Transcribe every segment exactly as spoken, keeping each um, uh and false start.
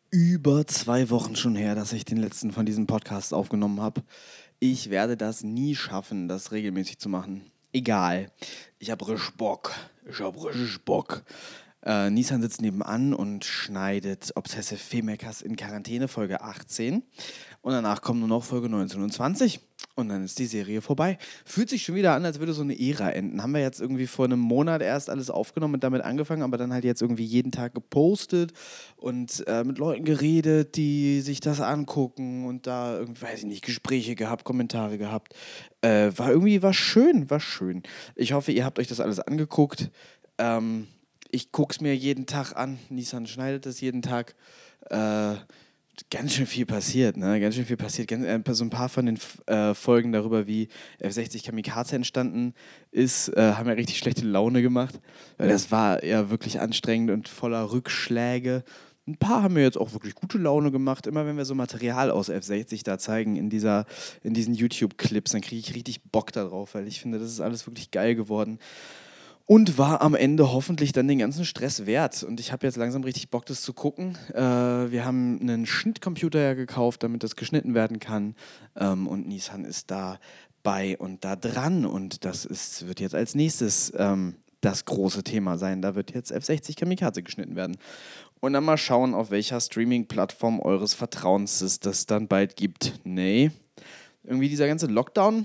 über zwei Wochen schon her, dass ich den letzten von diesen Podcasts aufgenommen habe. Ich werde das nie schaffen, das regelmäßig zu machen. Egal. Ich habe richtig Bock. Ich habe richtig Bock. Äh, Nissan sitzt nebenan und schneidet Obsessive Filmmakers in Quarantäne, Folge achtzehn. Und danach kommt nur noch Folge neunzehn und zwanzig. Und dann ist die Serie vorbei. Fühlt sich schon wieder an, als würde so eine Ära enden. Haben wir jetzt irgendwie vor einem Monat erst alles aufgenommen und damit angefangen, aber dann halt jetzt irgendwie jeden Tag gepostet und äh, mit Leuten geredet, die sich das angucken und da irgendwie, weiß ich nicht, Gespräche gehabt, Kommentare gehabt. Äh, war irgendwie, war schön, war schön. Ich hoffe, ihr habt euch das alles angeguckt. Ähm, ich gucke es mir jeden Tag an. Nissan schneidet es jeden Tag. Äh, Ganz schön viel passiert, ne? Ganz schön viel passiert. Ganz, äh, so ein paar von den äh, Folgen darüber, wie F sechzig Kamikaze entstanden ist, äh, haben ja richtig schlechte Laune gemacht. Weil das war ja wirklich anstrengend und voller Rückschläge. Ein paar haben mir jetzt auch wirklich gute Laune gemacht. Immer wenn wir so Material aus F sechzig da zeigen in, dieser, in diesen YouTube-Clips, dann kriege ich richtig Bock darauf, weil ich finde, das ist alles wirklich geil geworden. Und war am Ende hoffentlich dann den ganzen Stress wert. Und ich habe jetzt langsam richtig Bock, das zu gucken. Äh, wir haben einen Schnittcomputer ja gekauft, damit das geschnitten werden kann. Ähm, und Nissan ist da bei und da dran. Und das ist, wird jetzt als nächstes ähm, das große Thema sein. Da wird jetzt F sechzig Kamikaze geschnitten werden. Und dann mal schauen, auf welcher Streaming-Plattform eures Vertrauens es das dann bald gibt. Nee. Irgendwie dieser ganze Lockdown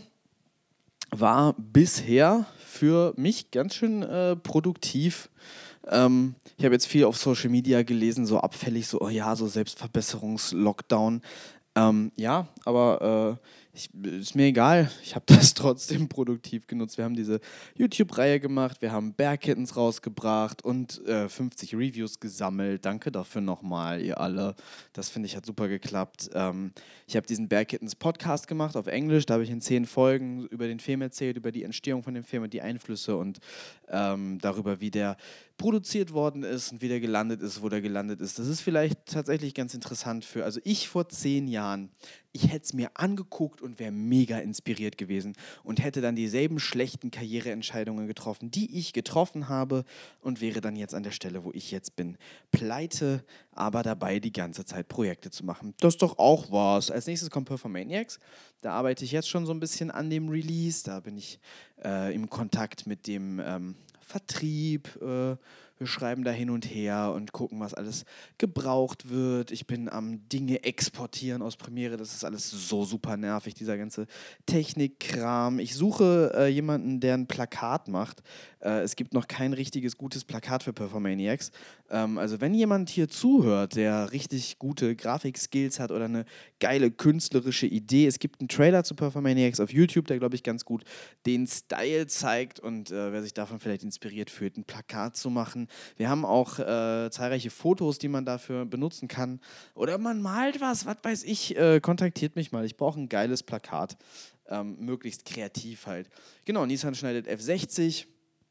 war bisher für mich ganz schön äh, produktiv. Ähm, ich habe jetzt viel auf Social Media gelesen, so abfällig, so, oh ja, so Selbstverbesserungs-Lockdown. Ähm, ja, aber äh, ich, ist mir egal. Ich habe das trotzdem produktiv genutzt. Wir haben diese YouTube-Reihe gemacht, wir haben Bear Kittens rausgebracht und äh, fünfzig Reviews gesammelt. Danke dafür nochmal, ihr alle. Das finde ich hat super geklappt. Ähm, ich habe diesen Bear Kittens Podcast gemacht auf Englisch. Da habe ich in zehn Folgen über den Film erzählt, über die Entstehung von dem Film und die Einflüsse und ähm, darüber, wie der produziert worden ist und wie der gelandet ist, wo der gelandet ist. Das ist vielleicht tatsächlich ganz interessant für, also ich vor zehn Jahren, ich hätte es mir angeguckt und wäre mega inspiriert gewesen und hätte dann dieselben schlechten Karriereentscheidungen getroffen, die ich getroffen habe und wäre dann jetzt an der Stelle, wo ich jetzt bin. Pleite, aber dabei die ganze Zeit Projekte zu machen. Das ist doch auch was. Als nächstes kommt Performaniacs. Da arbeite ich jetzt schon so ein bisschen an dem Release. Da bin ich äh, im Kontakt mit dem ähm, Vertrieb. Äh, wir schreiben da hin und her und gucken, was alles gebraucht wird. Ich bin am Dinge exportieren aus Premiere. Das ist alles so super nervig, dieser ganze Technikkram. Ich suche äh, jemanden, der ein Plakat macht. Äh, es gibt noch kein richtiges, gutes Plakat für Performaniacs. Ähm, also wenn jemand hier zuhört, der richtig gute Grafikskills hat oder eine geile künstlerische Idee, es gibt einen Trailer zu Performaniacs auf YouTube, der, glaube ich, ganz gut den Style zeigt und äh, wer sich davon vielleicht inspiriert fühlt, ein Plakat zu machen. Wir haben auch äh, zahlreiche Fotos, die man dafür benutzen kann. Oder man malt was, was weiß ich, äh, kontaktiert mich mal. Ich brauche ein geiles Plakat. Ähm, möglichst kreativ halt. Genau, Nissan schneidet F sechzig.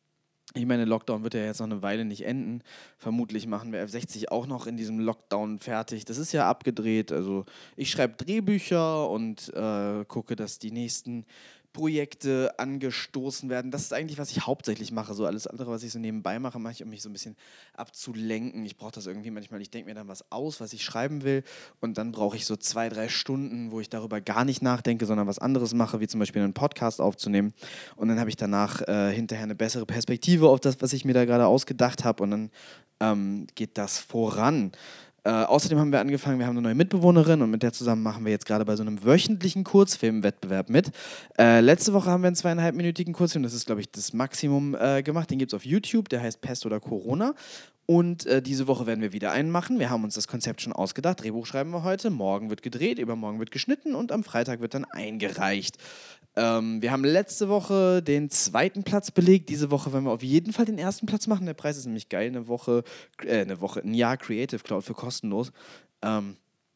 Ich meine, Lockdown wird ja jetzt noch eine Weile nicht enden. Vermutlich machen wir F sechzig auch noch in diesem Lockdown fertig. Das ist ja abgedreht. Also ich schreibe Drehbücher und äh, gucke, dass die nächsten Projekte angestoßen werden. Das ist eigentlich, was ich hauptsächlich mache. So alles andere, was ich so nebenbei mache, mache ich, um mich so ein bisschen abzulenken. Ich brauche das irgendwie manchmal. Ich denke mir dann was aus, was ich schreiben will. Und dann brauche ich so zwei, drei Stunden, wo ich darüber gar nicht nachdenke, sondern was anderes mache, wie zum Beispiel einen Podcast aufzunehmen. Und dann habe ich danach äh, hinterher eine bessere Perspektive auf das, was ich mir da gerade ausgedacht habe. Und dann ähm, geht das voran. Äh, außerdem haben wir angefangen, wir haben eine neue Mitbewohnerin und mit der zusammen machen wir jetzt gerade bei so einem wöchentlichen Kurzfilmwettbewerb mit. Äh, letzte Woche haben wir einen zweieinhalbminütigen Kurzfilm, das ist, glaube ich, das Maximum äh, gemacht. Den gibt es auf YouTube, der heißt Pest oder Corona. Und äh, diese Woche werden wir wieder einen machen. Wir haben uns das Konzept schon ausgedacht. Drehbuch schreiben wir heute. Morgen wird gedreht, übermorgen wird geschnitten und am Freitag wird dann eingereicht. Ähm, wir haben letzte Woche den zweiten Platz belegt. Diese Woche werden wir auf jeden Fall den ersten Platz machen. Der Preis ist nämlich geil. Eine Woche, äh, eine Woche, ein Jahr Creative Cloud für kostenlos. Ähm,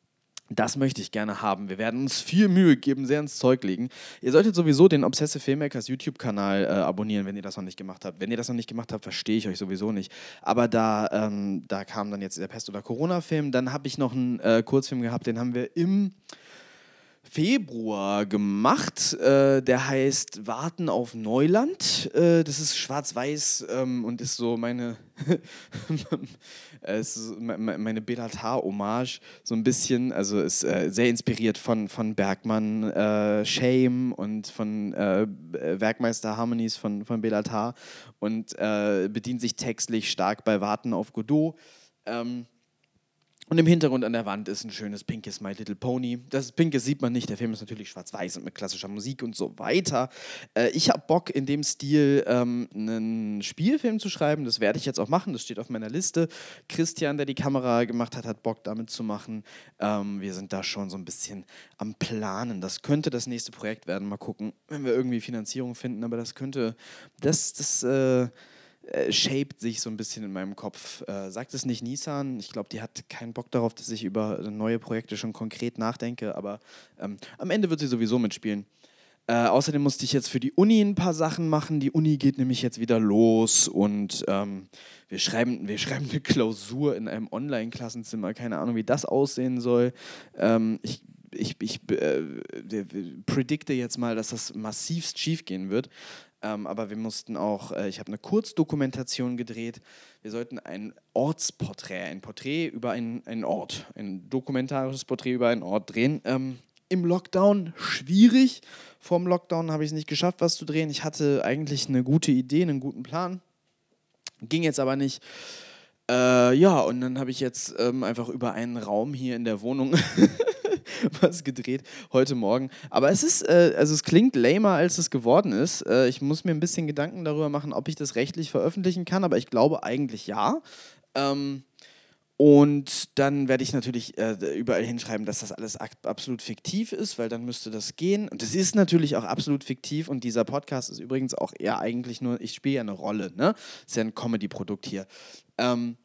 Das möchte ich gerne haben. Wir werden uns viel Mühe geben, sehr ins Zeug legen. Ihr solltet sowieso den Obsessive Filmmakers YouTube-Kanal äh, abonnieren, wenn ihr das noch nicht gemacht habt. Wenn ihr das noch nicht gemacht habt, verstehe ich euch sowieso nicht. Aber da, ähm, da kam dann jetzt der Pest- oder Corona-Film. Dann habe ich noch einen äh, Kurzfilm gehabt, den haben wir im Februar gemacht. Äh, der heißt Warten auf Neuland. Äh, das ist schwarz-weiß ähm, und ist so meine, es ist me- me- meine Belatar-Hommage. So ein bisschen. Also ist äh, sehr inspiriert von, von Bergmann, äh, Shame und von äh, Werkmeister Harmonies von, von Belatar und äh, bedient sich textlich stark bei Warten auf Godot. Ähm, Und im Hintergrund an der Wand ist ein schönes pinkes My Little Pony. Das Pinke sieht man nicht, der Film ist natürlich schwarz-weiß und mit klassischer Musik und so weiter. Äh, ich habe Bock, in dem Stil ähm, einen Spielfilm zu schreiben. Das werde ich jetzt auch machen, das steht auf meiner Liste. Christian, der die Kamera gemacht hat, hat Bock, damit zu machen. Ähm, wir sind da schon so ein bisschen am Planen. Das könnte das nächste Projekt werden. Mal gucken, wenn wir irgendwie Finanzierung finden. Aber das könnte, das, das, äh, äh, shaped sich so ein bisschen in meinem Kopf. Äh, sagt es nicht Nissan. Ich glaube, die hat keinen Bock darauf, dass ich über neue Projekte schon konkret nachdenke, aber ähm, am Ende wird sie sowieso mitspielen. Äh, außerdem musste ich jetzt für die Uni ein paar Sachen machen. Die Uni geht nämlich jetzt wieder los und ähm, wir, schreiben, wir schreiben eine Klausur in einem Online-Klassenzimmer. Keine Ahnung, wie das aussehen soll. Ähm, ich ich, ich äh, predikte jetzt mal, dass das massivst schief gehen wird. Ähm, aber wir mussten auch, äh, ich habe eine Kurzdokumentation gedreht. Wir sollten ein Ortsporträt, ein Porträt über einen, einen Ort, ein dokumentarisches Porträt über einen Ort drehen. Ähm, Im Lockdown schwierig. Vorm Lockdown habe ich es nicht geschafft, was zu drehen. Ich hatte eigentlich eine gute Idee, einen guten Plan. Ging jetzt aber nicht. Äh, ja, und dann habe ich jetzt ähm, einfach über einen Raum hier in der Wohnung was gedreht heute Morgen. Aber es ist, äh, also es klingt lamer, als es geworden ist. Äh, ich muss mir ein bisschen Gedanken darüber machen, ob ich das rechtlich veröffentlichen kann, aber ich glaube eigentlich ja. Ähm, und dann werde ich natürlich äh, überall hinschreiben, dass das alles ak- absolut fiktiv ist, weil dann müsste das gehen. Und es ist natürlich auch absolut fiktiv und dieser Podcast ist übrigens auch eher eigentlich nur, ich spiele ja eine Rolle, ne? Ist ja ein Comedy-Produkt hier. Ähm,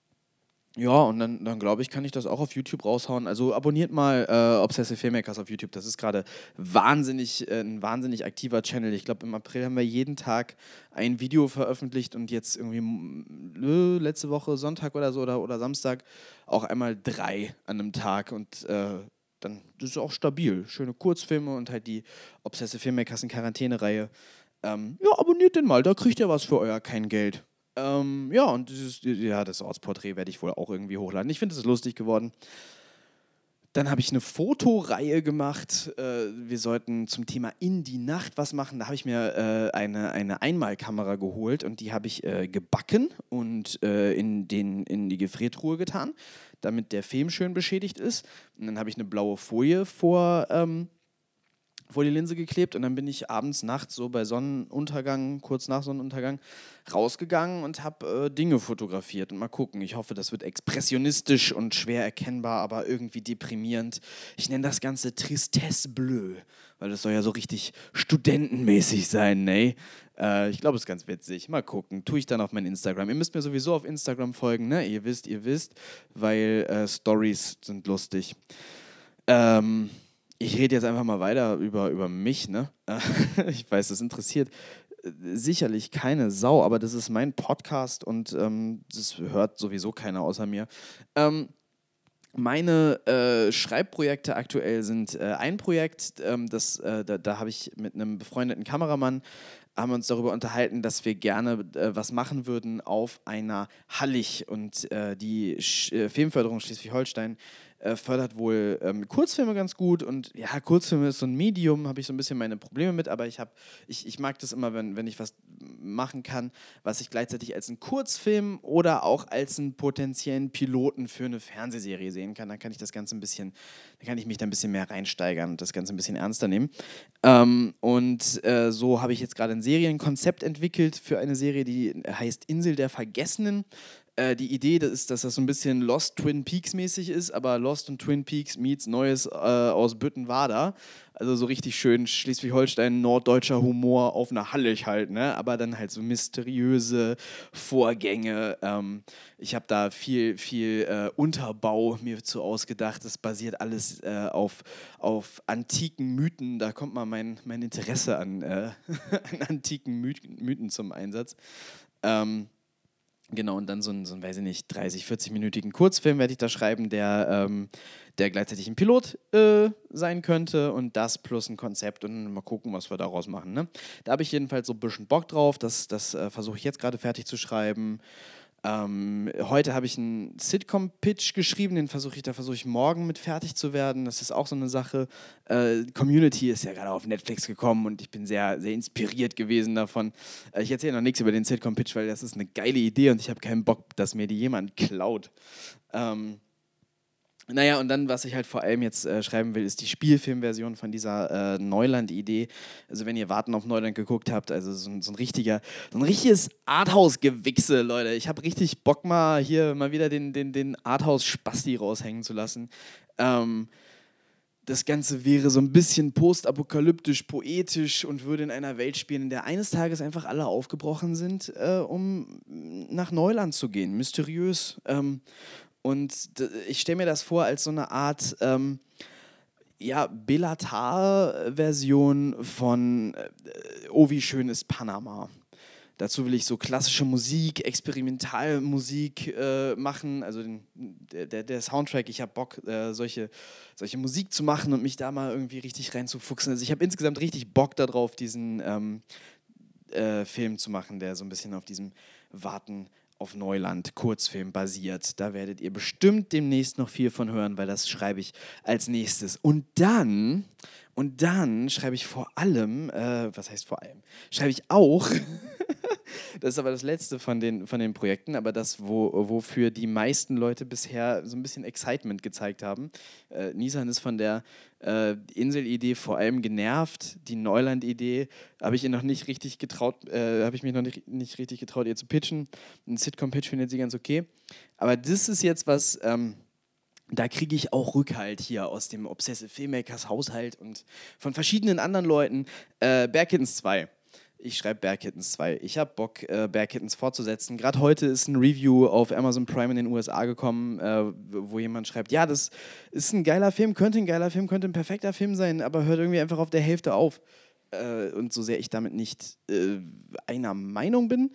ja, und dann, dann glaube ich, kann ich das auch auf YouTube raushauen. Also abonniert mal äh, Obsessive Filmmakers auf YouTube. Das ist gerade wahnsinnig, äh, ein wahnsinnig aktiver Channel. Ich glaube, im April haben wir jeden Tag ein Video veröffentlicht und jetzt irgendwie mm, äh, letzte Woche Sonntag oder so oder, oder Samstag auch einmal drei an einem Tag. Und äh, dann das ist auch stabil. Schöne Kurzfilme und halt die Obsessive Filmmakers in Quarantäne-Reihe. Ähm, ja, abonniert den mal, da kriegt ihr was für euer kein Geld. Ähm, ja, und dieses, ja, das Ortsporträt werde ich wohl auch irgendwie hochladen. Ich finde, es ist lustig geworden. Dann habe ich eine Fotoreihe gemacht. Äh, wir sollten zum Thema In die Nacht was machen. Da habe ich mir äh, eine, eine Einmalkamera geholt und die habe ich äh, gebacken und äh, in, den, in die Gefriertruhe getan, damit der Film schön beschädigt ist. Und dann habe ich eine blaue Folie vor, ähm, vor die Linse geklebt und dann bin ich abends, nachts so bei Sonnenuntergang, kurz nach Sonnenuntergang, rausgegangen und habe äh, Dinge fotografiert und mal gucken. Ich hoffe, das wird expressionistisch und schwer erkennbar, aber irgendwie deprimierend. Ich nenne das Ganze Tristesse Bleue, weil das soll ja so richtig studentenmäßig sein, ne? Äh, ich glaube, es ist ganz witzig. Mal gucken. Tue ich dann auf mein Instagram. Ihr müsst mir sowieso auf Instagram folgen, ne? Ihr wisst, ihr wisst, weil äh, Stories sind lustig. Ähm, ich rede jetzt einfach mal weiter über, über mich, ne? Ich weiß, das interessiert äh, sicherlich keine Sau, aber das ist mein Podcast und ähm, das hört sowieso keiner außer mir. Ähm, meine äh, Schreibprojekte aktuell sind äh, ein Projekt, ähm, das, äh, da, da habe ich mit einem befreundeten Kameramann, haben wir uns darüber unterhalten, dass wir gerne äh, was machen würden auf einer Hallig. Und äh, die Sch äh, Filmförderung Schleswig-Holstein äh, fördert wohl ähm, Kurzfilme ganz gut. Und ja, Kurzfilme ist so ein Medium, habe ich so ein bisschen meine Probleme mit, aber ich, hab, ich, ich mag das immer, wenn, wenn ich was machen kann, was ich gleichzeitig als einen Kurzfilm oder auch als einen potenziellen Piloten für eine Fernsehserie sehen kann. Dann kann ich das Ganze ein bisschen, dann kann ich mich da ein bisschen mehr reinsteigern und das Ganze ein bisschen ernster nehmen. Ähm, und äh, so habe ich jetzt gerade ein Serienkonzept entwickelt für eine Serie, die heißt Insel der Vergessenen. Äh, die Idee das ist, dass das so ein bisschen Lost Twin Peaks mäßig ist, aber Lost und Twin Peaks meets Neues äh, aus Büttenwader. Also so richtig schön Schleswig-Holstein, norddeutscher Humor auf einer Hallig halt, ne? Aber dann halt so mysteriöse Vorgänge. Ähm, ich habe da viel, viel äh, Unterbau mir zu ausgedacht. Das basiert alles äh, auf, auf antiken Mythen. Da kommt mal mein, mein Interesse an, äh, an antiken Mythen, Mythen zum Einsatz. Ähm, Genau, und dann so einen, so einen, weiß ich nicht, dreißig, vierzig-minütigen Kurzfilm werde ich da schreiben, der, ähm, der gleichzeitig ein Pilot äh, sein könnte und das plus ein Konzept und mal gucken, was wir daraus machen. Ne? Da habe ich jedenfalls so ein bisschen Bock drauf, das, das äh, versuche ich jetzt gerade fertig zu schreiben. Ähm, heute habe ich einen Sitcom-Pitch geschrieben, den versuche ich, da versuche ich morgen mit fertig zu werden. Das ist auch so eine Sache. Äh, Community ist ja gerade auf Netflix gekommen und ich bin sehr, sehr inspiriert gewesen davon. Äh, ich erzähle noch nichts über den Sitcom-Pitch, weil das ist eine geile Idee und ich habe keinen Bock, dass mir die jemand klaut. Ähm, naja, und dann, was ich halt vor allem jetzt äh, schreiben will, ist die Spielfilmversion von dieser äh, Neuland-Idee. Also wenn ihr Warten auf Neuland geguckt habt, also so ein, so ein richtiger, so ein richtiges Arthouse-Gewichse, Leute. Ich habe richtig Bock mal hier mal wieder den, den, den Arthouse-Spasti raushängen zu lassen. Ähm, das Ganze wäre so ein bisschen postapokalyptisch, poetisch und würde in einer Welt spielen, in der eines Tages einfach alle aufgebrochen sind, äh, um nach Neuland zu gehen. Mysteriös. Ähm, und d- ich stelle mir das vor als so eine Art ähm, ja, Belatar-Version von äh, Oh, wie schön ist Panama. Dazu will ich so klassische Musik, Experimentalmusik äh, machen, also den, der, der Soundtrack, ich habe Bock, äh, solche, solche Musik zu machen und mich da mal irgendwie richtig reinzufuchsen. Also ich habe insgesamt richtig Bock darauf, diesen ähm, äh, Film zu machen, der so ein bisschen auf diesem Warten auf Neuland Kurzfilm basiert. Da werdet ihr bestimmt demnächst noch viel von hören, weil das schreibe ich als nächstes. Und dann, und dann schreibe ich vor allem, äh, was heißt vor allem, schreibe ich auch, das ist aber das letzte von den, von den Projekten, aber das, wo, wofür die meisten Leute bisher so ein bisschen Excitement gezeigt haben. Äh, Nisan ist von der äh, Insel-Idee vor allem genervt. Die Neuland-Idee habe ich ihr noch nicht richtig getraut, äh, habe ich mich noch nicht, nicht richtig getraut, ihr zu pitchen. Ein Sitcom-Pitch findet sie ganz okay. Aber das ist jetzt was, ähm, da kriege ich auch Rückhalt hier aus dem Obsessive Filmmakers Haushalt und von verschiedenen anderen Leuten. Äh, Bear Kittens zwei. Ich schreibe Bear Kittens zwei. Ich habe Bock, äh, Bear Kittens fortzusetzen. Gerade heute ist ein Review auf Amazon Prime in den U S A gekommen, äh, wo jemand schreibt, ja, das ist ein geiler Film, könnte ein geiler Film, könnte ein perfekter Film sein, aber hört irgendwie einfach auf der Hälfte auf. Äh, und so sehr ich damit nicht äh, einer Meinung bin,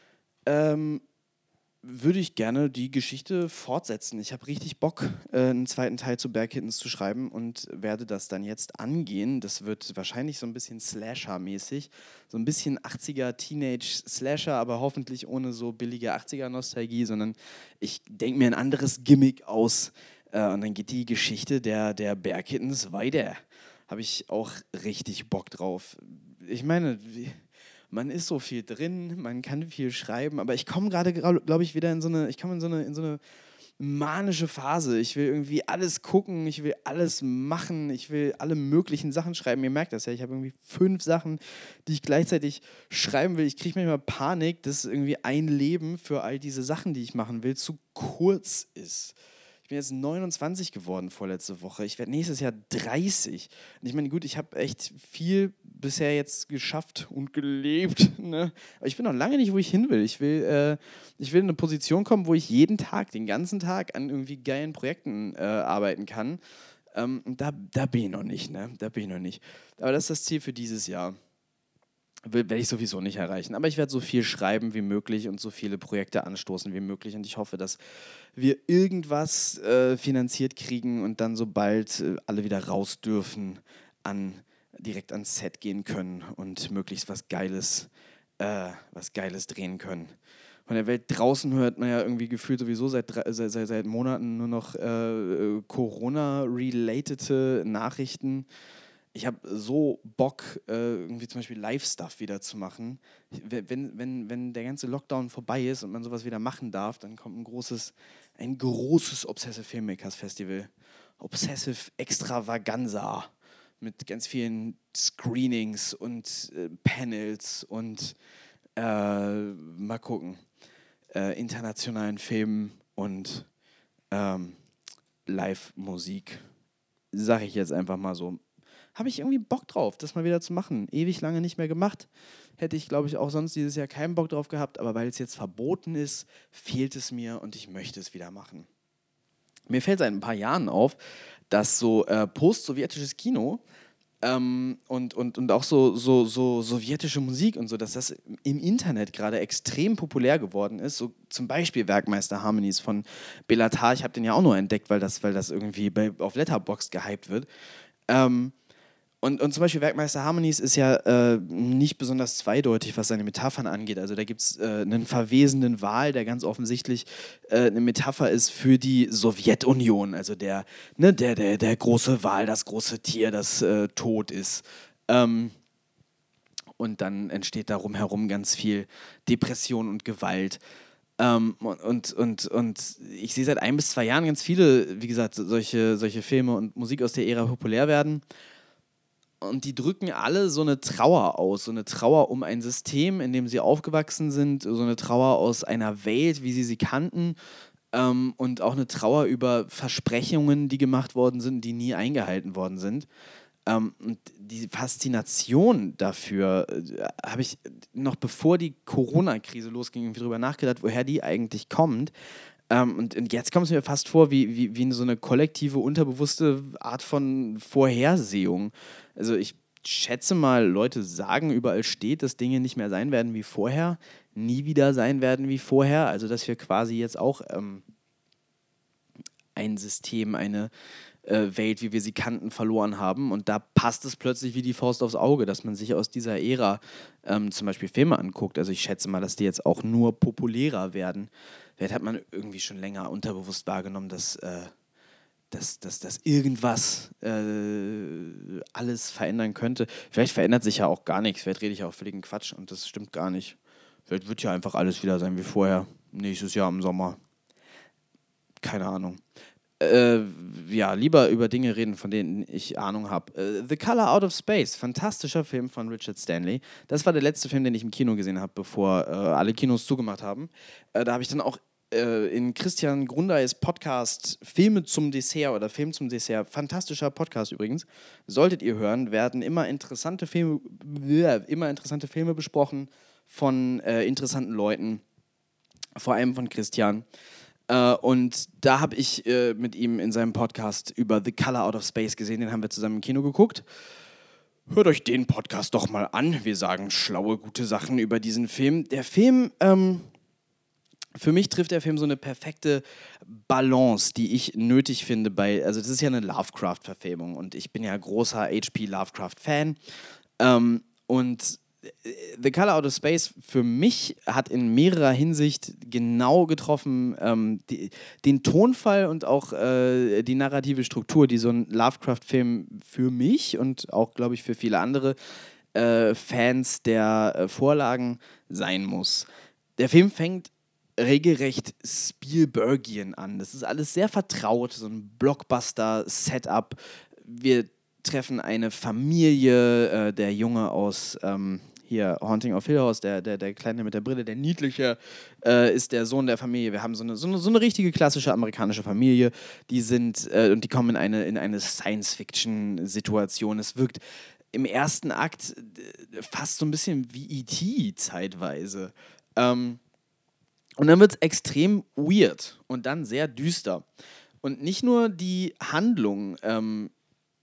ähm, würde ich gerne die Geschichte fortsetzen. Ich habe richtig Bock, äh, einen zweiten Teil zu Bear Kittens zu schreiben und werde das dann jetzt angehen. Das wird wahrscheinlich so ein bisschen Slasher-mäßig, so ein bisschen achtziger Teenage-Slasher, aber hoffentlich ohne so billige achtziger-Nostalgie, sondern ich denke mir ein anderes Gimmick aus äh, und dann geht die Geschichte der, der Bear Kittens weiter. Habe ich auch richtig Bock drauf. Ich meine, wie man ist so viel drin, man kann viel schreiben, aber ich komme gerade, glaube ich, wieder in so eine, ich komme in so eine, in so eine manische Phase. Ich will irgendwie alles gucken, ich will alles machen, ich will alle möglichen Sachen schreiben. Ihr merkt das ja, ich habe irgendwie fünf Sachen, die ich gleichzeitig schreiben will. Ich kriege manchmal Panik, dass irgendwie ein Leben für all diese Sachen, die ich machen will, zu kurz ist. Ich bin jetzt neunundzwanzig geworden vorletzte Woche. Ich werde nächstes Jahr dreißig. Und ich meine, gut, ich habe echt viel bisher jetzt geschafft und gelebt. Ne? Aber ich bin noch lange nicht, wo ich hin will. Ich will, äh, ich will in eine Position kommen, wo ich jeden Tag, den ganzen Tag an irgendwie geilen Projekten äh, arbeiten kann. Ähm, und da, da bin ich noch nicht, ne? Da bin ich noch nicht. Aber das ist das Ziel für dieses Jahr. Werde ich sowieso nicht erreichen. Aber ich werde so viel schreiben wie möglich und so viele Projekte anstoßen wie möglich. Und ich hoffe, dass wir irgendwas äh, finanziert kriegen und dann sobald äh, alle wieder raus dürfen, an, direkt ans Set gehen können und möglichst was Geiles, äh, was Geiles drehen können. Von der Welt draußen hört man ja irgendwie gefühlt sowieso seit, seit, seit, seit Monaten nur noch äh, Corona-relatete Nachrichten. Ich habe so Bock, äh, irgendwie zum Beispiel Live-Stuff wieder zu machen. Wenn, wenn, wenn der ganze Lockdown vorbei ist und man sowas wieder machen darf, dann kommt ein großes, ein großes Obsessive Filmmakers Festival. Obsessive Extravaganza mit ganz vielen Screenings und äh, Panels und äh, mal gucken, äh, internationalen Filmen und ähm, Live-Musik. Sage ich jetzt einfach mal so. Habe ich irgendwie Bock drauf, das mal wieder zu machen. Ewig lange nicht mehr gemacht. Hätte ich, glaube ich, auch sonst dieses Jahr keinen Bock drauf gehabt, aber weil es jetzt verboten ist, fehlt es mir und ich möchte es wieder machen. Mir fällt seit ein paar Jahren auf, dass so äh, post-sowjetisches Kino Ähm, und, und, und auch so, so, so sowjetische Musik und so, dass das im Internet gerade extrem populär geworden ist. So zum Beispiel Werkmeister Harmonies von Bela Tar. Ich habe den ja auch nur entdeckt, weil das, weil das irgendwie bei, auf Letterboxd gehypt wird. Ähm, und, und zum Beispiel Werkmeister Harmonies ist ja äh, nicht besonders zweideutig, was seine Metaphern angeht. Also da gibt es äh, einen verwesenden Wal, der ganz offensichtlich äh, eine Metapher ist für die Sowjetunion. Also der, ne, der, der, der große Wal, das große Tier, das äh, tot ist. Ähm, und dann entsteht darum herum ganz viel Depression und Gewalt. Ähm, und, und, und, und ich sehe seit ein bis zwei Jahren ganz viele, wie gesagt, solche, solche Filme und Musik aus der Ära populär werden. Und die drücken alle so eine Trauer aus, so eine Trauer um ein System, in dem sie aufgewachsen sind, so eine Trauer aus einer Welt, wie sie sie kannten, ähm, und auch eine Trauer über Versprechungen, die gemacht worden sind, die nie eingehalten worden sind. Ähm, und die Faszination dafür äh, habe ich noch bevor die Corona-Krise losging, irgendwie drüber nachgedacht, woher die eigentlich kommt. Ähm, und, und jetzt kommt es mir fast vor wie, wie, wie so eine kollektive, unterbewusste Art von Vorhersehung. Also ich schätze mal, Leute sagen, überall steht, dass Dinge nicht mehr sein werden wie vorher, nie wieder sein werden wie vorher. Also dass wir quasi jetzt auch ähm, ein System, eine äh, Welt, wie wir sie kannten, verloren haben. Und da passt es plötzlich wie die Faust aufs Auge, dass man sich aus dieser Ära ähm, zum Beispiel Filme anguckt. Also ich schätze mal, dass die jetzt auch nur populärer werden. Vielleicht hat man irgendwie schon länger unterbewusst wahrgenommen, dass, äh, dass, dass, dass irgendwas äh, alles verändern könnte. Vielleicht verändert sich ja auch gar nichts. Vielleicht rede ich auch völligen Quatsch und das stimmt gar nicht. Vielleicht wird ja einfach alles wieder sein wie vorher. Nächstes Jahr im Sommer. Keine Ahnung. Äh, ja, lieber über Dinge reden, von denen ich Ahnung habe. Äh, The Color Out of Space, fantastischer Film von Richard Stanley. Das war der letzte Film, den ich im Kino gesehen habe, bevor äh, alle Kinos zugemacht haben. Äh, da habe ich dann auch äh, in Christian Grundeis Podcast Filme zum Dessert oder Film zum Dessert, fantastischer Podcast übrigens, solltet ihr hören, werden immer interessante Filme, immer interessante Filme besprochen von äh, interessanten Leuten, vor allem von Christian. Uh, und da habe ich äh, mit ihm in seinem Podcast über The Color Out of Space gesehen, den haben wir zusammen im Kino geguckt. Hört euch den Podcast doch mal an. Wir sagen schlaue, gute Sachen über diesen Film. Der Film, ähm, für mich trifft der Film so eine perfekte Balance, die ich nötig finde bei, also das ist ja eine Lovecraft-Verfilmung und ich bin ja großer H P Lovecraft-Fan. Ähm, und The Color Out of Space für mich hat in mehrerer Hinsicht genau getroffen ähm, die, den Tonfall und auch äh, die narrative Struktur, die so ein Lovecraft-Film für mich und auch, glaube ich, für viele andere äh, Fans der äh, Vorlagen sein muss. Der Film fängt regelrecht Spielbergian an. Das ist alles sehr vertraut, so ein Blockbuster-Setup. Wir treffen eine Familie, äh, der Junge aus ähm, hier Haunting of Hill House, der, der, der Kleine mit der Brille, der Niedliche, äh, ist der Sohn der Familie. Wir haben so eine, so eine, so eine richtige klassische amerikanische Familie, die sind, äh, und die kommen in eine, in eine Science-Fiction-Situation. Es wirkt im ersten Akt äh, fast so ein bisschen wie E T zeitweise. Ähm, und dann wird es extrem weird und dann sehr düster. Und nicht nur die Handlung ähm,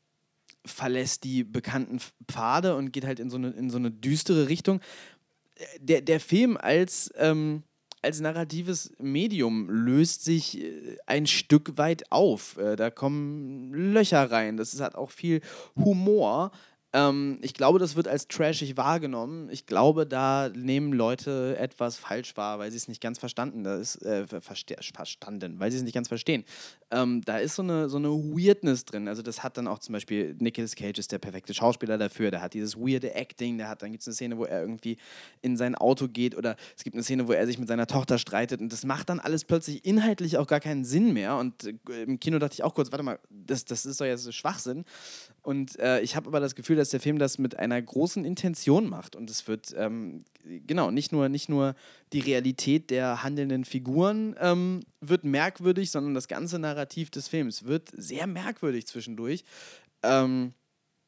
verlässt die bekannten Pfade und geht halt in so eine, in so eine düstere Richtung. Der, der Film als, ähm, als narratives Medium löst sich äh, ein Stück weit auf. Äh, da kommen Löcher rein. Das ist, hat auch viel Humor. Ähm, ich glaube, das wird als trashig wahrgenommen. Ich glaube, da nehmen Leute etwas falsch wahr, weil sie es nicht ganz verstanden, das ist, äh, verste- verstanden, weil sie es nicht ganz verstehen. Ähm, da ist so eine, so eine Weirdness drin. Also das hat dann auch zum Beispiel, Nicolas Cage ist der perfekte Schauspieler dafür, der hat dieses weirde Acting, der hat, dann gibt es eine Szene, wo er irgendwie in sein Auto geht oder es gibt eine Szene, wo er sich mit seiner Tochter streitet und das macht dann alles plötzlich inhaltlich auch gar keinen Sinn mehr und äh, im Kino dachte ich auch kurz, warte mal, das, das ist doch jetzt Schwachsinn. Und äh, ich habe aber das Gefühl, dass der Film das mit einer großen Intention macht. Und es wird, ähm, genau, nicht nur, nicht nur die Realität der handelnden Figuren ähm, wird merkwürdig, sondern das ganze Narrativ des Films wird sehr merkwürdig zwischendurch. Ähm,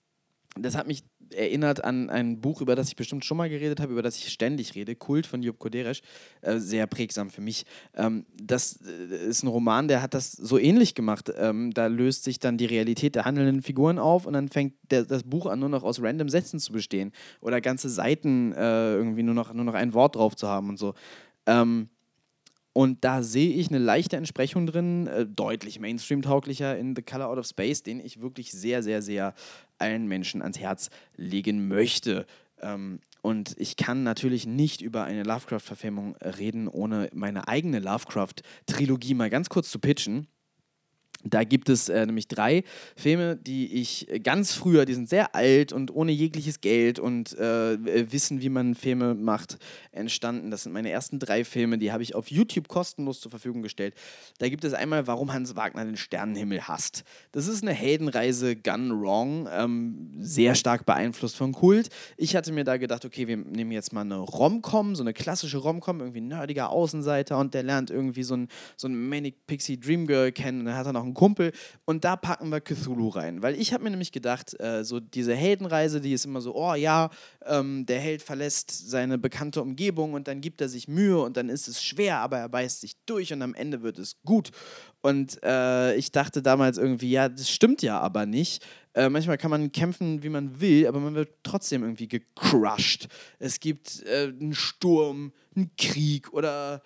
Das hat mich erinnert an ein Buch, über das ich bestimmt schon mal geredet habe, über das ich ständig rede, Kult von Job Koderesch, äh, sehr prägsam für mich. Ähm, das äh, ist ein Roman, der hat das so ähnlich gemacht. Ähm, da löst sich dann die Realität der handelnden Figuren auf und dann fängt der, das Buch an, nur noch aus random Sätzen zu bestehen oder ganze Seiten äh, irgendwie nur noch, nur noch ein Wort drauf zu haben und so. Ähm, und da sehe ich eine leichte Entsprechung drin, äh, deutlich Mainstream-tauglicher in The Color Out of Space, den ich wirklich sehr, sehr, sehr allen Menschen ans Herz legen möchte. Ähm, und ich kann natürlich nicht über eine Lovecraft-Verfilmung reden, ohne meine eigene Lovecraft-Trilogie mal ganz kurz zu pitchen. Da gibt es äh, nämlich drei Filme, die ich ganz früher, die sind sehr alt und ohne jegliches Geld und äh, Wissen, wie man Filme macht, entstanden. Das sind meine ersten drei Filme, die habe ich auf YouTube kostenlos zur Verfügung gestellt. Da gibt es einmal, warum Hans Wagner den Sternenhimmel hasst. Das ist eine Heldenreise gone wrong, ähm, sehr stark beeinflusst von Kult. Ich hatte mir da gedacht, okay, wir nehmen jetzt mal eine Rom-Com, so eine klassische Rom-Com, irgendwie ein nerdiger Außenseiter und der lernt irgendwie so ein, so ein Manic Pixie Dream Girl kennen und dann hat er noch einen Kumpel und da packen wir Cthulhu rein, weil ich habe mir nämlich gedacht, äh, so diese Heldenreise, die ist immer so, oh ja, ähm, der Held verlässt seine bekannte Umgebung und dann gibt er sich Mühe und dann ist es schwer, aber er beißt sich durch und am Ende wird es gut. Und äh, ich dachte damals irgendwie, ja, das stimmt ja aber nicht. Äh, manchmal kann man kämpfen, wie man will, aber man wird trotzdem irgendwie gecrushed. Es gibt äh, einen Sturm, einen Krieg oder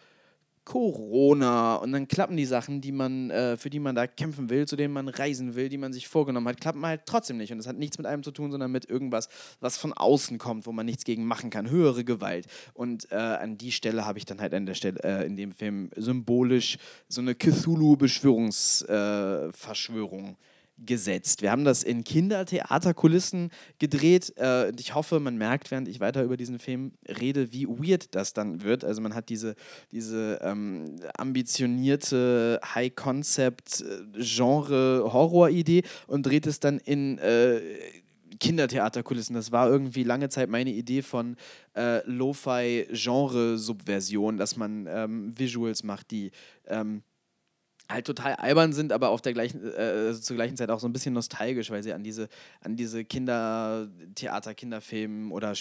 Corona und dann klappen die Sachen, die man, äh, für die man da kämpfen will, zu denen man reisen will, die man sich vorgenommen hat, klappen halt trotzdem nicht. Und das hat nichts mit einem zu tun, sondern mit irgendwas, was von außen kommt, wo man nichts gegen machen kann. Höhere Gewalt. Und äh, an die Stelle habe ich dann halt an der Stelle äh, in dem Film symbolisch so eine Cthulhu-Beschwörungsverschwörung äh, gesetzt. Wir haben das in Kindertheaterkulissen gedreht. Äh, und ich hoffe, man merkt, während ich weiter über diesen Film rede, wie weird das dann wird. Also man hat diese, diese ähm, ambitionierte High-Concept-Genre-Horror-Idee und dreht es dann in äh, Kindertheaterkulissen. Das war irgendwie lange Zeit meine Idee von äh, Lo-Fi-Genre-Subversion, dass man ähm, Visuals macht, die ähm, halt total albern sind, aber auf der gleichen, äh, zur gleichen Zeit auch so ein bisschen nostalgisch, weil sie an diese, an diese Kindertheater, Kinderfilmen oder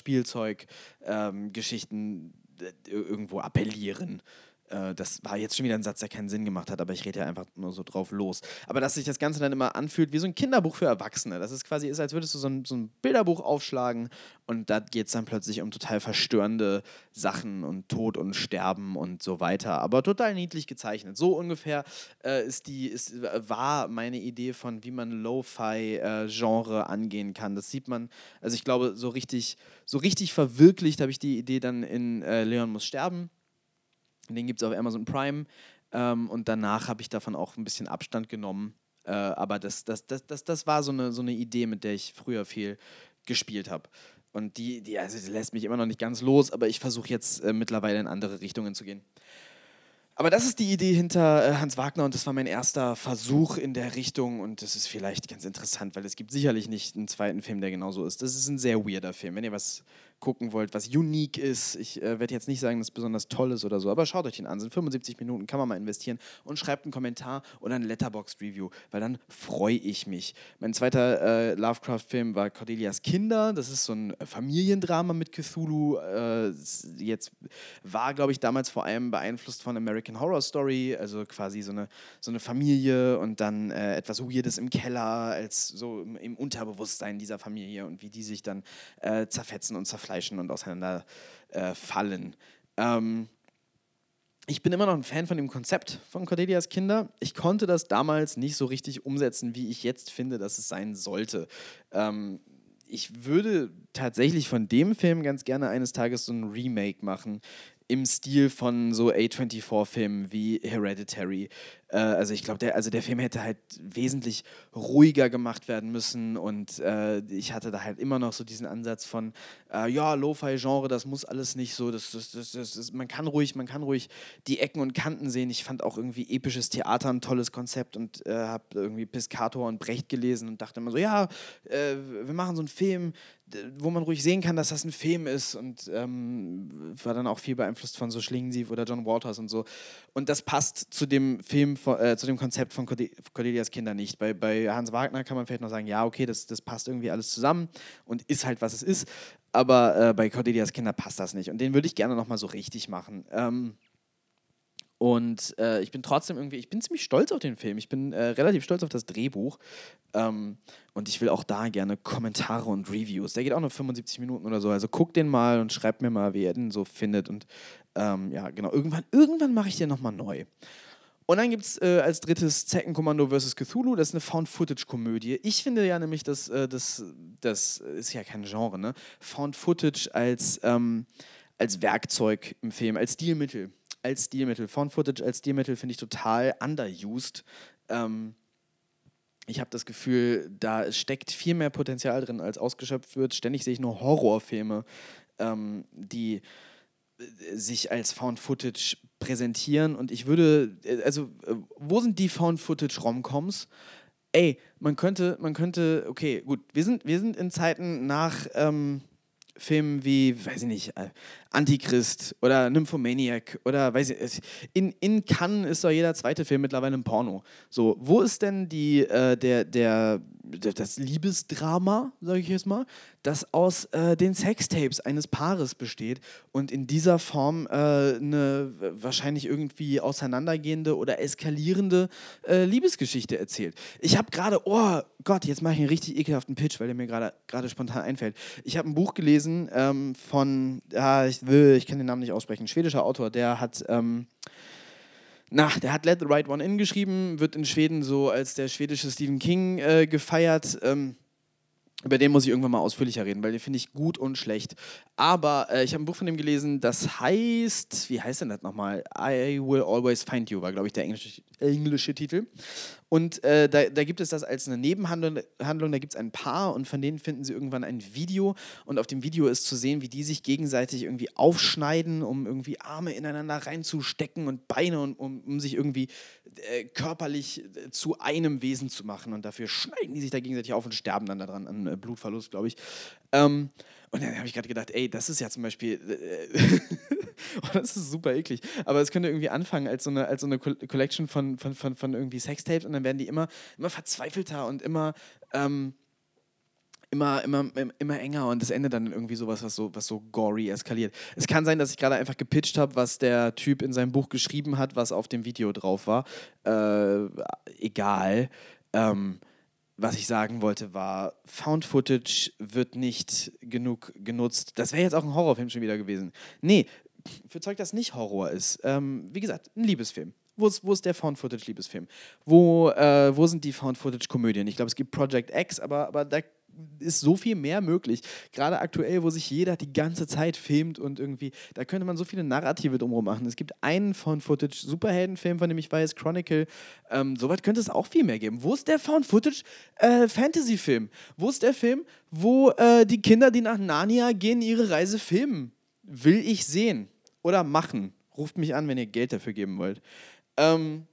Spielzeuggeschichten ähm, äh, irgendwo appellieren. Äh, das war jetzt schon wieder ein Satz, der keinen Sinn gemacht hat, aber ich rede ja einfach nur so drauf los. Aber dass sich das Ganze dann immer anfühlt wie so ein Kinderbuch für Erwachsene. Das ist quasi ist, als würdest du so ein, so ein Bilderbuch aufschlagen und da geht es dann plötzlich um total verstörende Sachen und Tod und Sterben und so weiter. Aber total niedlich gezeichnet. So ungefähr äh, ist die, ist, war meine Idee von, wie man Lo-Fi-Genre äh, angehen kann. Das sieht man, also ich glaube, so richtig, so richtig verwirklicht habe ich die Idee dann in äh, Leon muss sterben. Den gibt es auf Amazon Prime. Ähm, und danach habe ich davon auch ein bisschen Abstand genommen. Äh, aber das, das, das, das, das war so eine, so eine Idee, mit der ich früher viel gespielt habe. Und die, die, also die lässt mich immer noch nicht ganz los, aber ich versuche jetzt äh, mittlerweile in andere Richtungen zu gehen. Aber das ist die Idee hinter äh, Hans Wagner und das war mein erster Versuch in der Richtung und das ist vielleicht ganz interessant, weil es gibt sicherlich nicht einen zweiten Film, der genauso ist. Das ist ein sehr weirder Film. Wenn ihr was gucken wollt, was unique ist, ich äh, werde jetzt nicht sagen, dass es besonders toll ist oder so, aber schaut euch den an. Sind fünfundsiebzig Minuten, kann man mal investieren und schreibt einen Kommentar oder ein Letterboxd-Review, weil dann freue ich mich. Mein zweiter äh, Lovecraft-Film war Cordelias Kinder. Das ist so ein Familiendrama mit Cthulhu. Äh, jetzt war, glaube ich, damals vor allem beeinflusst von American Horror Story, also quasi so eine, so eine Familie und dann äh, etwas Weirdes im Keller, als so im, im Unterbewusstsein dieser Familie und wie die sich dann äh, zerfetzen und zerfleischen und auseinander äh, fallen. Ähm, ich bin immer noch ein Fan von dem Konzept von Cordelias Kinder. Ich konnte das damals nicht so richtig umsetzen, wie ich jetzt finde, dass es sein sollte. Ähm, ich würde tatsächlich von dem Film ganz gerne eines Tages so ein Remake machen im Stil von so A vierundzwanzig-Filmen wie Hereditary. Äh, also ich glaube, der, also der Film hätte halt wesentlich ruhiger gemacht werden müssen und äh, ich hatte da halt immer noch so diesen Ansatz von, äh, ja, Lo-Fi-Genre, das muss alles nicht so, das, das, das, das, das, man kann ruhig, man kann ruhig die Ecken und Kanten sehen. Ich fand auch irgendwie episches Theater ein tolles Konzept und äh, habe irgendwie Piscator und Brecht gelesen und dachte immer so, ja, äh, wir machen so einen Film, wo man ruhig sehen kann, dass das ein Film ist und ähm, war dann auch viel beeinflusst von so Schlingensief oder John Waters und so. Und das passt zu dem Film von, äh, zu dem Konzept von Corde- Cordelias Kinder nicht. Bei, bei Hans Wagner kann man vielleicht noch sagen, ja, okay, das, das passt irgendwie alles zusammen und ist halt, was es ist. Aber äh, bei Cordelias Kinder passt das nicht. Und den würde ich gerne nochmal so richtig machen. Ähm, und äh, ich bin trotzdem irgendwie, ich bin ziemlich stolz auf den Film. Ich bin äh, relativ stolz auf das Drehbuch. Ähm, und ich will auch da gerne Kommentare und Reviews. Der geht auch nur fünfundsiebzig Minuten oder so. Also guckt den mal und schreibt mir mal, wie ihr den so findet. Und ähm, ja, genau, irgendwann, irgendwann mache ich den nochmal neu. Und dann gibt es äh, als drittes Zeckenkommando versus. Cthulhu. Das ist eine Found-Footage-Komödie. Ich finde ja nämlich, dass äh, das, das ist ja kein Genre, ne? Found-Footage als, ähm, als Werkzeug im Film, als Stilmittel. Als Stilmittel. Found-Footage als Stilmittel finde ich total underused. Ähm, ich habe das Gefühl, da steckt viel mehr Potenzial drin, als ausgeschöpft wird. Ständig sehe ich nur Horrorfilme, ähm, die äh, sich als Found Footage präsentieren. Und ich würde, äh, also, äh, wo sind die Found Footage Romcoms? Ey, man könnte, man könnte, okay, gut, wir sind, wir sind in Zeiten nach ähm, Filmen wie, weiß ich nicht, äh, Antichrist oder Nymphomaniac oder weiß ich, äh, in, in Cannes ist doch jeder zweite Film mittlerweile ein Porno. So, wo ist denn die, äh, der, der, der, das Liebesdrama, sage ich jetzt mal, das aus äh, den Sextapes eines Paares besteht und in dieser Form äh, eine wahrscheinlich irgendwie auseinandergehende oder eskalierende äh, Liebesgeschichte erzählt. Ich habe gerade, oh Gott, jetzt mache ich einen richtig ekelhaften Pitch, weil der mir gerade gerade spontan einfällt. Ich habe ein Buch gelesen ähm, von, ja, ich will, ich kann den Namen nicht aussprechen, ein schwedischer Autor, der hat ähm, na, der hat Let the Right One In geschrieben, wird in Schweden so als der schwedische Stephen King äh, gefeiert. Ähm, über den muss ich irgendwann mal ausführlicher reden, weil den finde ich gut und schlecht. Aber äh, ich habe ein Buch von dem gelesen, das heißt, wie heißt denn das nochmal? I Will Always Find You, war, glaube ich, der englische, englische Titel. Und äh, da, da gibt es das als eine Nebenhandlung, Handlung, da gibt es ein Paar und von denen finden sie irgendwann ein Video und auf dem Video ist zu sehen, wie die sich gegenseitig irgendwie aufschneiden, um irgendwie Arme ineinander reinzustecken und Beine, und, um, um sich irgendwie äh, körperlich äh, zu einem Wesen zu machen, und dafür schneiden die sich da gegenseitig auf und sterben dann daran an äh, Blutverlust, glaube ich. Ähm, und dann habe ich gerade gedacht, ey, das ist ja zum Beispiel, äh, oh, das ist super eklig, aber es könnte irgendwie anfangen als so eine, als so eine Collection von, von, von, von irgendwie Sextapes, und dann werden die immer, immer verzweifelter und immer, ähm, immer, immer, immer enger, und das endet dann irgendwie sowas, was so, was so gory eskaliert. Es kann sein, dass ich gerade einfach gepitcht habe, was der Typ in seinem Buch geschrieben hat, was auf dem Video drauf war. Äh, egal. Ähm, was ich sagen wollte war, Found Footage wird nicht genug genutzt. Das wäre jetzt auch ein Horrorfilm schon wieder gewesen. Nee, für Zeug, das nicht Horror ist. Ähm, wie gesagt, ein Liebesfilm. Wo ist, wo ist der Found-Footage-Liebesfilm? Wo, äh, wo sind die Found-Footage-Komödien? Ich glaube, es gibt Project X, aber, aber da ist so viel mehr möglich. Gerade aktuell, wo sich jeder die ganze Zeit filmt und irgendwie, da könnte man so viele Narrative drumherum machen. Es gibt einen Found-Footage-Superheldenfilm, von dem ich weiß, Chronicle. Ähm, Soweit könnte es auch viel mehr geben. Wo ist der Found-Footage-Fantasy-Film? Wo ist der Film, wo äh, die Kinder, die nach Narnia gehen, ihre Reise filmen? Will ich sehen oder machen. Ruft mich an, wenn ihr Geld dafür geben wollt. Ähm,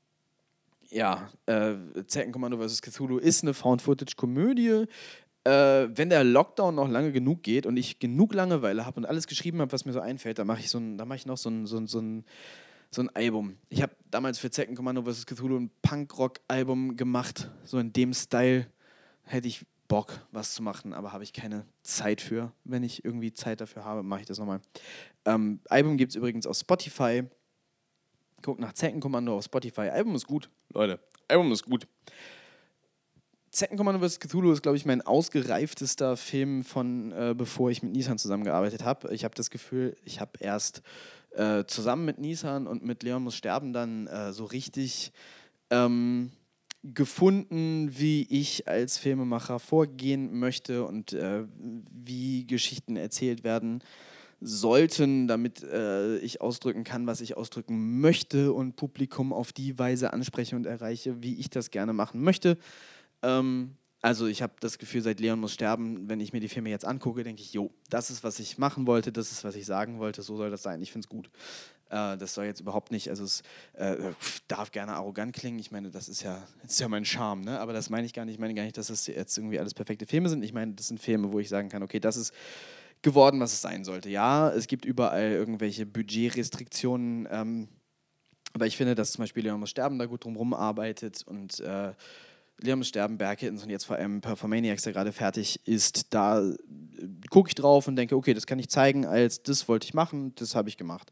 ja, äh, Zeckenkommando versus. Cthulhu ist eine Found-Footage-Komödie. Äh, wenn der Lockdown noch lange genug geht und ich genug Langeweile habe und alles geschrieben habe, was mir so einfällt, dann mache ich, so mach ich noch so ein, so ein, so ein, so ein Album. Ich habe damals für Zeckenkommando versus. Cthulhu ein Punkrock-Album gemacht. So in dem Style hätte ich Bock, was zu machen, aber habe ich keine Zeit für. Wenn ich irgendwie Zeit dafür habe, mache ich das nochmal. Ähm, Album gibt es übrigens auf Spotify. Guckt nach Zeckenkommando auf Spotify. Album ist gut, Leute. Album ist gut. Zeckenkommando versus. Cthulhu ist, glaube ich, mein ausgereiftester Film von, äh, bevor ich mit Nissan zusammengearbeitet habe. Ich habe das Gefühl, ich habe erst äh, zusammen mit Nissan und mit Leon muss sterben dann äh, so richtig ähm, gefunden, wie ich als Filmemacher vorgehen möchte und äh, wie Geschichten erzählt werden sollten, damit äh, ich ausdrücken kann, was ich ausdrücken möchte und Publikum auf die Weise anspreche und erreiche, wie ich das gerne machen möchte. Ähm, also ich habe das Gefühl, seit Leon muss sterben, wenn ich mir die Filme jetzt angucke, denke ich, jo, das ist, was ich machen wollte, das ist, was ich sagen wollte, so soll das sein. Ich finde es gut. Äh, das soll jetzt überhaupt nicht, also es äh, darf gerne arrogant klingen, ich meine, das ist ja, das ist ja mein Charme, ne? Aber das meine ich gar nicht, ich meine gar nicht, dass das jetzt irgendwie alles perfekte Filme sind, ich meine, das sind Filme, wo ich sagen kann, okay, das ist geworden, was es sein sollte. Ja, es gibt überall irgendwelche Budgetrestriktionen, ähm, Aber ich finde, dass zum Beispiel Leon muss sterben da gut drum arbeitet und äh, Leon muss sterben, Bad Kittens und jetzt vor allem Performaniacs, der gerade fertig ist, da äh, gucke ich drauf und denke, okay, das kann ich zeigen, als das wollte ich machen, das habe ich gemacht.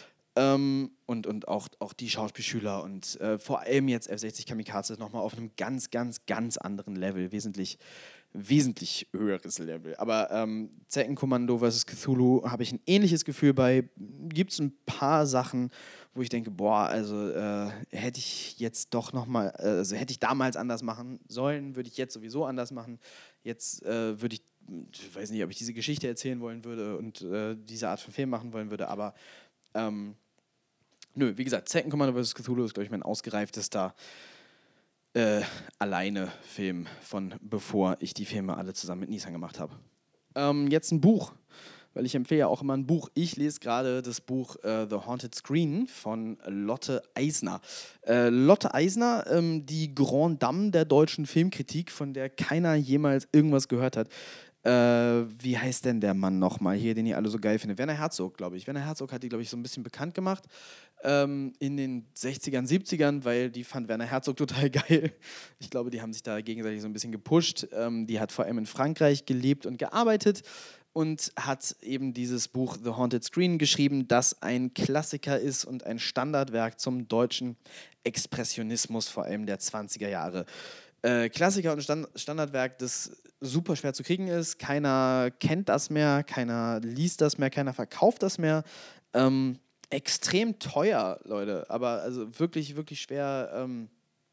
Ähm, und und auch, auch die Schauspielschüler und äh, vor allem jetzt F sechzig Kamikaze nochmal auf einem ganz, ganz, ganz anderen Level, wesentlich, wesentlich höheres Level. Aber ähm, Zeckenkommando versus. Cthulhu habe ich ein ähnliches Gefühl bei. Gibt es ein paar Sachen, wo ich denke, boah, also äh, hätte ich jetzt doch nochmal, äh, also hätte ich damals anders machen sollen, würde ich jetzt sowieso anders machen. Jetzt äh, würde ich, ich weiß nicht, ob ich diese Geschichte erzählen wollen würde und äh, diese Art von Film machen wollen würde, aber ähm, nö, wie gesagt, Second Commander versus. Cthulhu ist, glaube ich, mein ausgereiftester äh, alleine Film von bevor ich die Filme alle zusammen mit Nissan gemacht habe. Ähm, jetzt ein Buch, weil ich empfehle ja auch immer ein Buch. Ich lese gerade das Buch äh, The Haunted Screen von Lotte Eisner. Äh, Lotte Eisner, ähm, die Grande Dame der deutschen Filmkritik, von der keiner jemals irgendwas gehört hat. Äh, wie heißt denn der Mann nochmal hier, den ihr alle so geil findet? Werner Herzog, glaube ich. Werner Herzog hat die, glaube ich, so ein bisschen bekannt gemacht ähm, in den sechzigern, siebzigern, weil die fand Werner Herzog total geil. Ich glaube, die haben sich da gegenseitig so ein bisschen gepusht. Ähm, die hat vor allem in Frankreich gelebt und gearbeitet und hat eben dieses Buch The Haunted Screen geschrieben, das ein Klassiker ist und ein Standardwerk zum deutschen Expressionismus, vor allem der zwanziger Jahre. Äh, Klassiker und Stand Standardwerk, das super schwer zu kriegen ist. Keiner kennt das mehr, keiner liest das mehr, keiner verkauft das mehr. Ähm, extrem teuer, Leute, aber also wirklich, wirklich schwer, ähm,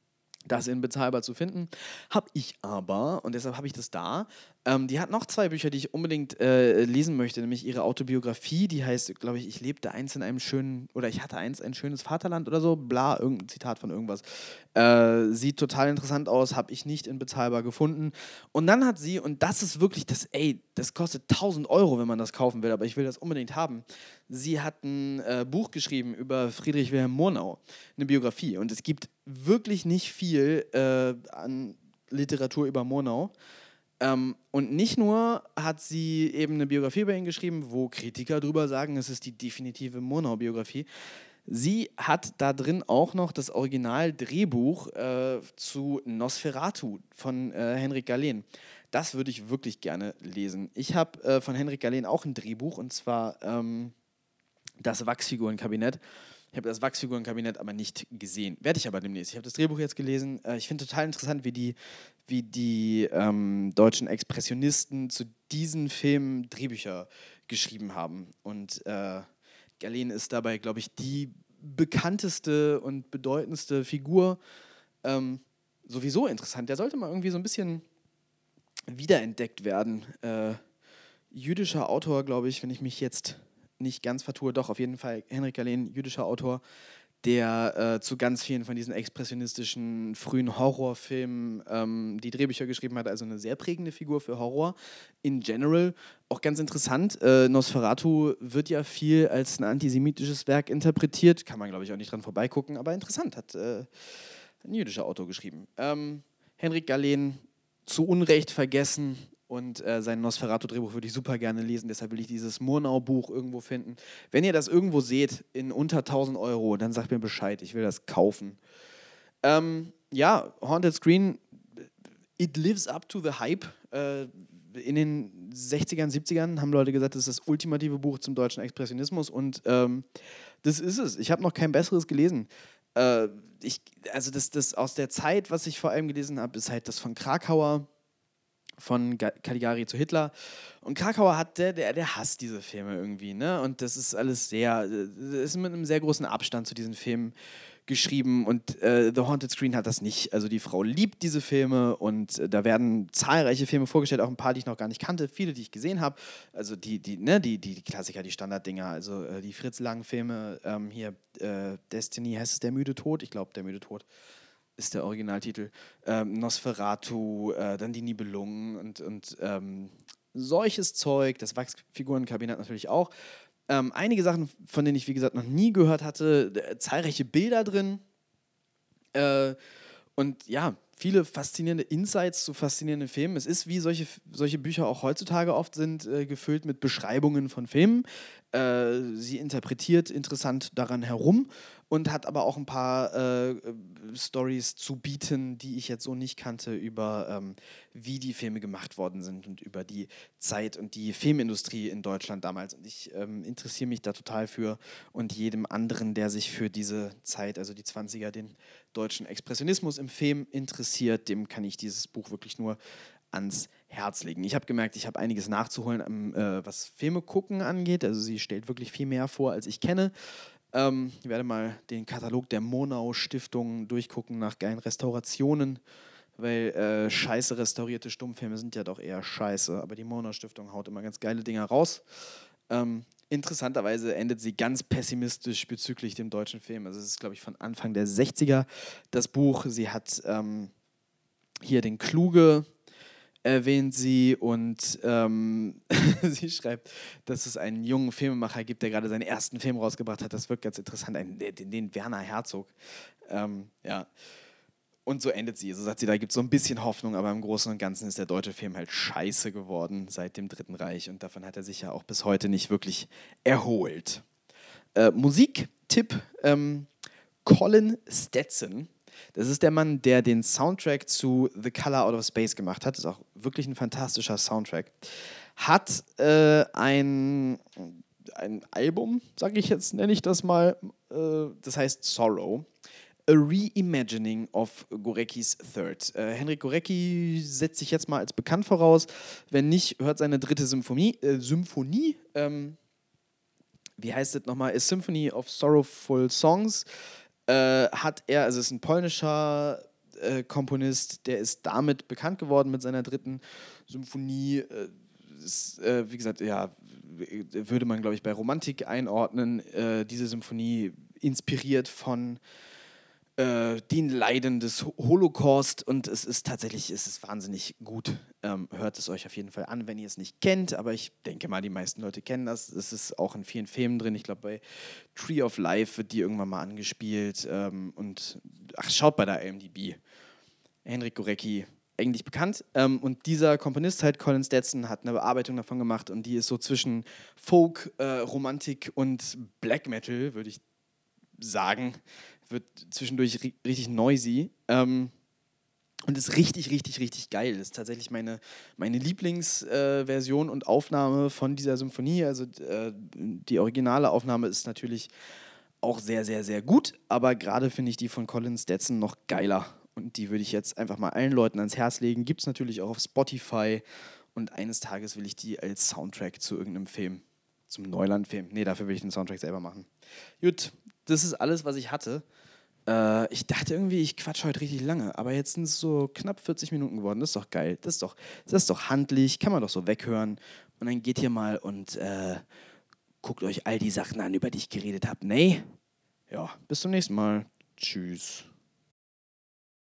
das in bezahlbar zu finden. Habe ich aber, und deshalb habe ich das da. Ähm, die hat noch zwei Bücher, die ich unbedingt äh, lesen möchte, nämlich ihre Autobiografie, die heißt, glaube ich, ich lebte eins in einem schönen, oder ich hatte eins, ein schönes Vaterland oder so, bla, irgendein Zitat von irgendwas. Äh, sieht total interessant aus, habe ich nicht in bezahlbar gefunden. Und dann hat sie, und das ist wirklich das, ey, das kostet tausend Euro, wenn man das kaufen will, aber ich will das unbedingt haben. Sie hat ein äh, Buch geschrieben über Friedrich Wilhelm Murnau, eine Biografie. Und es gibt wirklich nicht viel äh, an Literatur über Murnau. Ähm, und nicht nur hat sie eben eine Biografie über ihn geschrieben, wo Kritiker drüber sagen, es ist die definitive Murnau-Biografie. Sie hat da drin auch noch das Original-Drehbuch äh, zu Nosferatu von äh, Henrik Galeen. Das würde ich wirklich gerne lesen. Ich habe äh, von Henrik Galeen auch ein Drehbuch, und zwar ähm, das Wachsfigurenkabinett. Ich habe das Wachsfigurenkabinett aber nicht gesehen. Werde ich aber demnächst. Ich habe das Drehbuch jetzt gelesen. Äh, ich finde total interessant, wie die, wie die ähm, deutschen Expressionisten zu diesen Filmen Drehbücher geschrieben haben. Und äh, Galeen ist dabei, glaube ich, die bekannteste und bedeutendste Figur. Ähm, sowieso interessant. Der sollte mal irgendwie so ein bisschen wiederentdeckt werden. Äh, jüdischer Autor, glaube ich, wenn ich mich jetzt nicht ganz vertue, doch auf jeden Fall Henrik Galeen, jüdischer Autor, der äh, zu ganz vielen von diesen expressionistischen frühen Horrorfilmen ähm, die Drehbücher geschrieben hat, also eine sehr prägende Figur für Horror in general. Auch ganz interessant, äh, Nosferatu wird ja viel als ein antisemitisches Werk interpretiert, kann man, glaube ich, auch nicht dran vorbeigucken, aber interessant, hat äh, ein jüdischer Autor geschrieben. Ähm, Henrik Galeen, zu Unrecht vergessen, und äh, sein Nosferatu-Drehbuch würde ich super gerne lesen, deshalb will ich dieses Murnau-Buch irgendwo finden. Wenn ihr das irgendwo seht, in unter tausend Euro, dann sagt mir Bescheid, ich will das kaufen. Ähm, ja, Haunted Screen, it lives up to the hype. Äh, in den sechzigern, siebzigern haben Leute gesagt, das ist das ultimative Buch zum deutschen Expressionismus, und ähm, das ist es. Ich habe noch kein besseres gelesen. Äh, ich, also das, das aus der Zeit, was ich vor allem gelesen habe, ist halt das von Krakauer, von Caligari zu Hitler. Und Krakauer hat, der, der, der hasst diese Filme irgendwie, ne? Und das ist alles sehr, das ist mit einem sehr großen Abstand zu diesen Filmen geschrieben, und äh, The Haunted Screen hat das nicht. Also die Frau liebt diese Filme, und äh, da werden zahlreiche Filme vorgestellt, auch ein paar, die ich noch gar nicht kannte, viele, die ich gesehen habe. Also die, die, ne, die, die, die Klassiker, die Standarddinger, also äh, die Fritz Lang-Filme, ähm, hier äh, Destiny, heißt es Der müde Tod? Ich glaube, Der müde Tod ist der Originaltitel. Ähm, Nosferatu, äh, dann die Nibelungen und, und ähm, solches Zeug, das Wachsfigurenkabinett natürlich auch. Ähm, einige Sachen, von denen ich, wie gesagt, noch nie gehört hatte, äh, zahlreiche Bilder drin. Äh, und ja, viele faszinierende Insights zu faszinierenden Filmen. Es ist, wie solche, solche Bücher auch heutzutage oft sind, äh, gefüllt mit Beschreibungen von Filmen. Äh, sie interpretiert interessant daran herum und hat aber auch ein paar äh, Stories zu bieten, die ich jetzt so nicht kannte, über ähm, wie die Filme gemacht worden sind und über die Zeit und die Filmindustrie in Deutschland damals. Und ich ähm, interessiere mich da total für und jedem anderen, der sich für diese Zeit, also die zwanziger, den deutschen Expressionismus im Film interessiert, dem kann ich dieses Buch wirklich nur ans Herz legen. Ich habe gemerkt, ich habe einiges nachzuholen, ähm, äh, was Filme gucken angeht. Also sie stellt wirklich viel mehr vor, als ich kenne. Ähm, ich werde mal den Katalog der Monau-Stiftung durchgucken nach geilen Restaurationen, weil äh, scheiße restaurierte Stummfilme sind ja doch eher scheiße, aber die Monau-Stiftung haut immer ganz geile Dinger raus. Ähm, interessanterweise endet sie ganz pessimistisch bezüglich dem deutschen Film. Also es ist, glaube ich, von Anfang der sechziger das Buch. Sie hat ähm, hier den Kluge erwähnt sie und ähm, sie schreibt, dass es einen jungen Filmemacher gibt, der gerade seinen ersten Film rausgebracht hat. Das wirkt ganz interessant, einen, den, den Werner Herzog. Ähm, ja. Und so endet sie. So sagt sie, da gibt es so ein bisschen Hoffnung, aber im Großen und Ganzen ist der deutsche Film halt scheiße geworden seit dem Dritten Reich und davon hat er sich ja auch bis heute nicht wirklich erholt. Äh, Musiktipp, ähm, Colin Stetson. Das ist der Mann, der den Soundtrack zu The Color Out of Space gemacht hat. Das ist auch wirklich ein fantastischer Soundtrack. Hat äh, ein, ein Album, sage ich jetzt, nenne ich das mal, äh, das heißt Sorrow. A Reimagining of Goreckis Third. Äh, Henryk Gorecki setzt sich jetzt mal als bekannt voraus. Wenn nicht, hört seine dritte Symphonie. Äh, Symphonie ähm, wie heißt es nochmal? A Symphony of Sorrowful Songs. Äh, hat er, also ist ein polnischer äh, Komponist, der ist damit bekannt geworden mit seiner dritten Symphonie. Äh, ist, äh, wie gesagt, ja, würde man, glaube ich, bei Romantik einordnen. Äh, diese Symphonie inspiriert von äh, den Leiden des Holocaust und es ist tatsächlich, es ist wahnsinnig gut. Ähm, hört es euch auf jeden Fall an, wenn ihr es nicht kennt, aber ich denke mal, die meisten Leute kennen das. Es ist auch in vielen Filmen drin. Ich glaube, bei Tree of Life wird die irgendwann mal angespielt ähm, und ach, schaut bei der I M D B. Henryk Gorecki, eigentlich bekannt. Ähm, und dieser Komponist, halt Colin Stetson, hat eine Bearbeitung davon gemacht und die ist so zwischen Folk, äh, Romantik und Black Metal, würde ich sagen. Wird zwischendurch ri- richtig noisy. Ähm, und ist richtig, richtig, richtig geil. Das ist tatsächlich meine, meine Lieblingsversion äh, und Aufnahme von dieser Symphonie. Also äh, die originale Aufnahme ist natürlich auch sehr, sehr, sehr gut. Aber gerade finde ich die von Colin Stetson noch geiler. Und die würde ich jetzt einfach mal allen Leuten ans Herz legen. Gibt es natürlich auch auf Spotify. Und eines Tages will ich die als Soundtrack zu irgendeinem Film, zum Neuland-Film. Nee, dafür will ich den Soundtrack selber machen. Gut, das ist alles, was ich hatte. Äh, ich dachte irgendwie, ich quatsche heute richtig lange, aber jetzt sind es so knapp vierzig Minuten geworden. Das ist doch geil. Das ist doch, das ist doch handlich, kann man doch so weghören. Und dann geht ihr mal und äh, guckt euch all die Sachen an, über die ich geredet habe. Nee? Ja, bis zum nächsten Mal. Tschüss.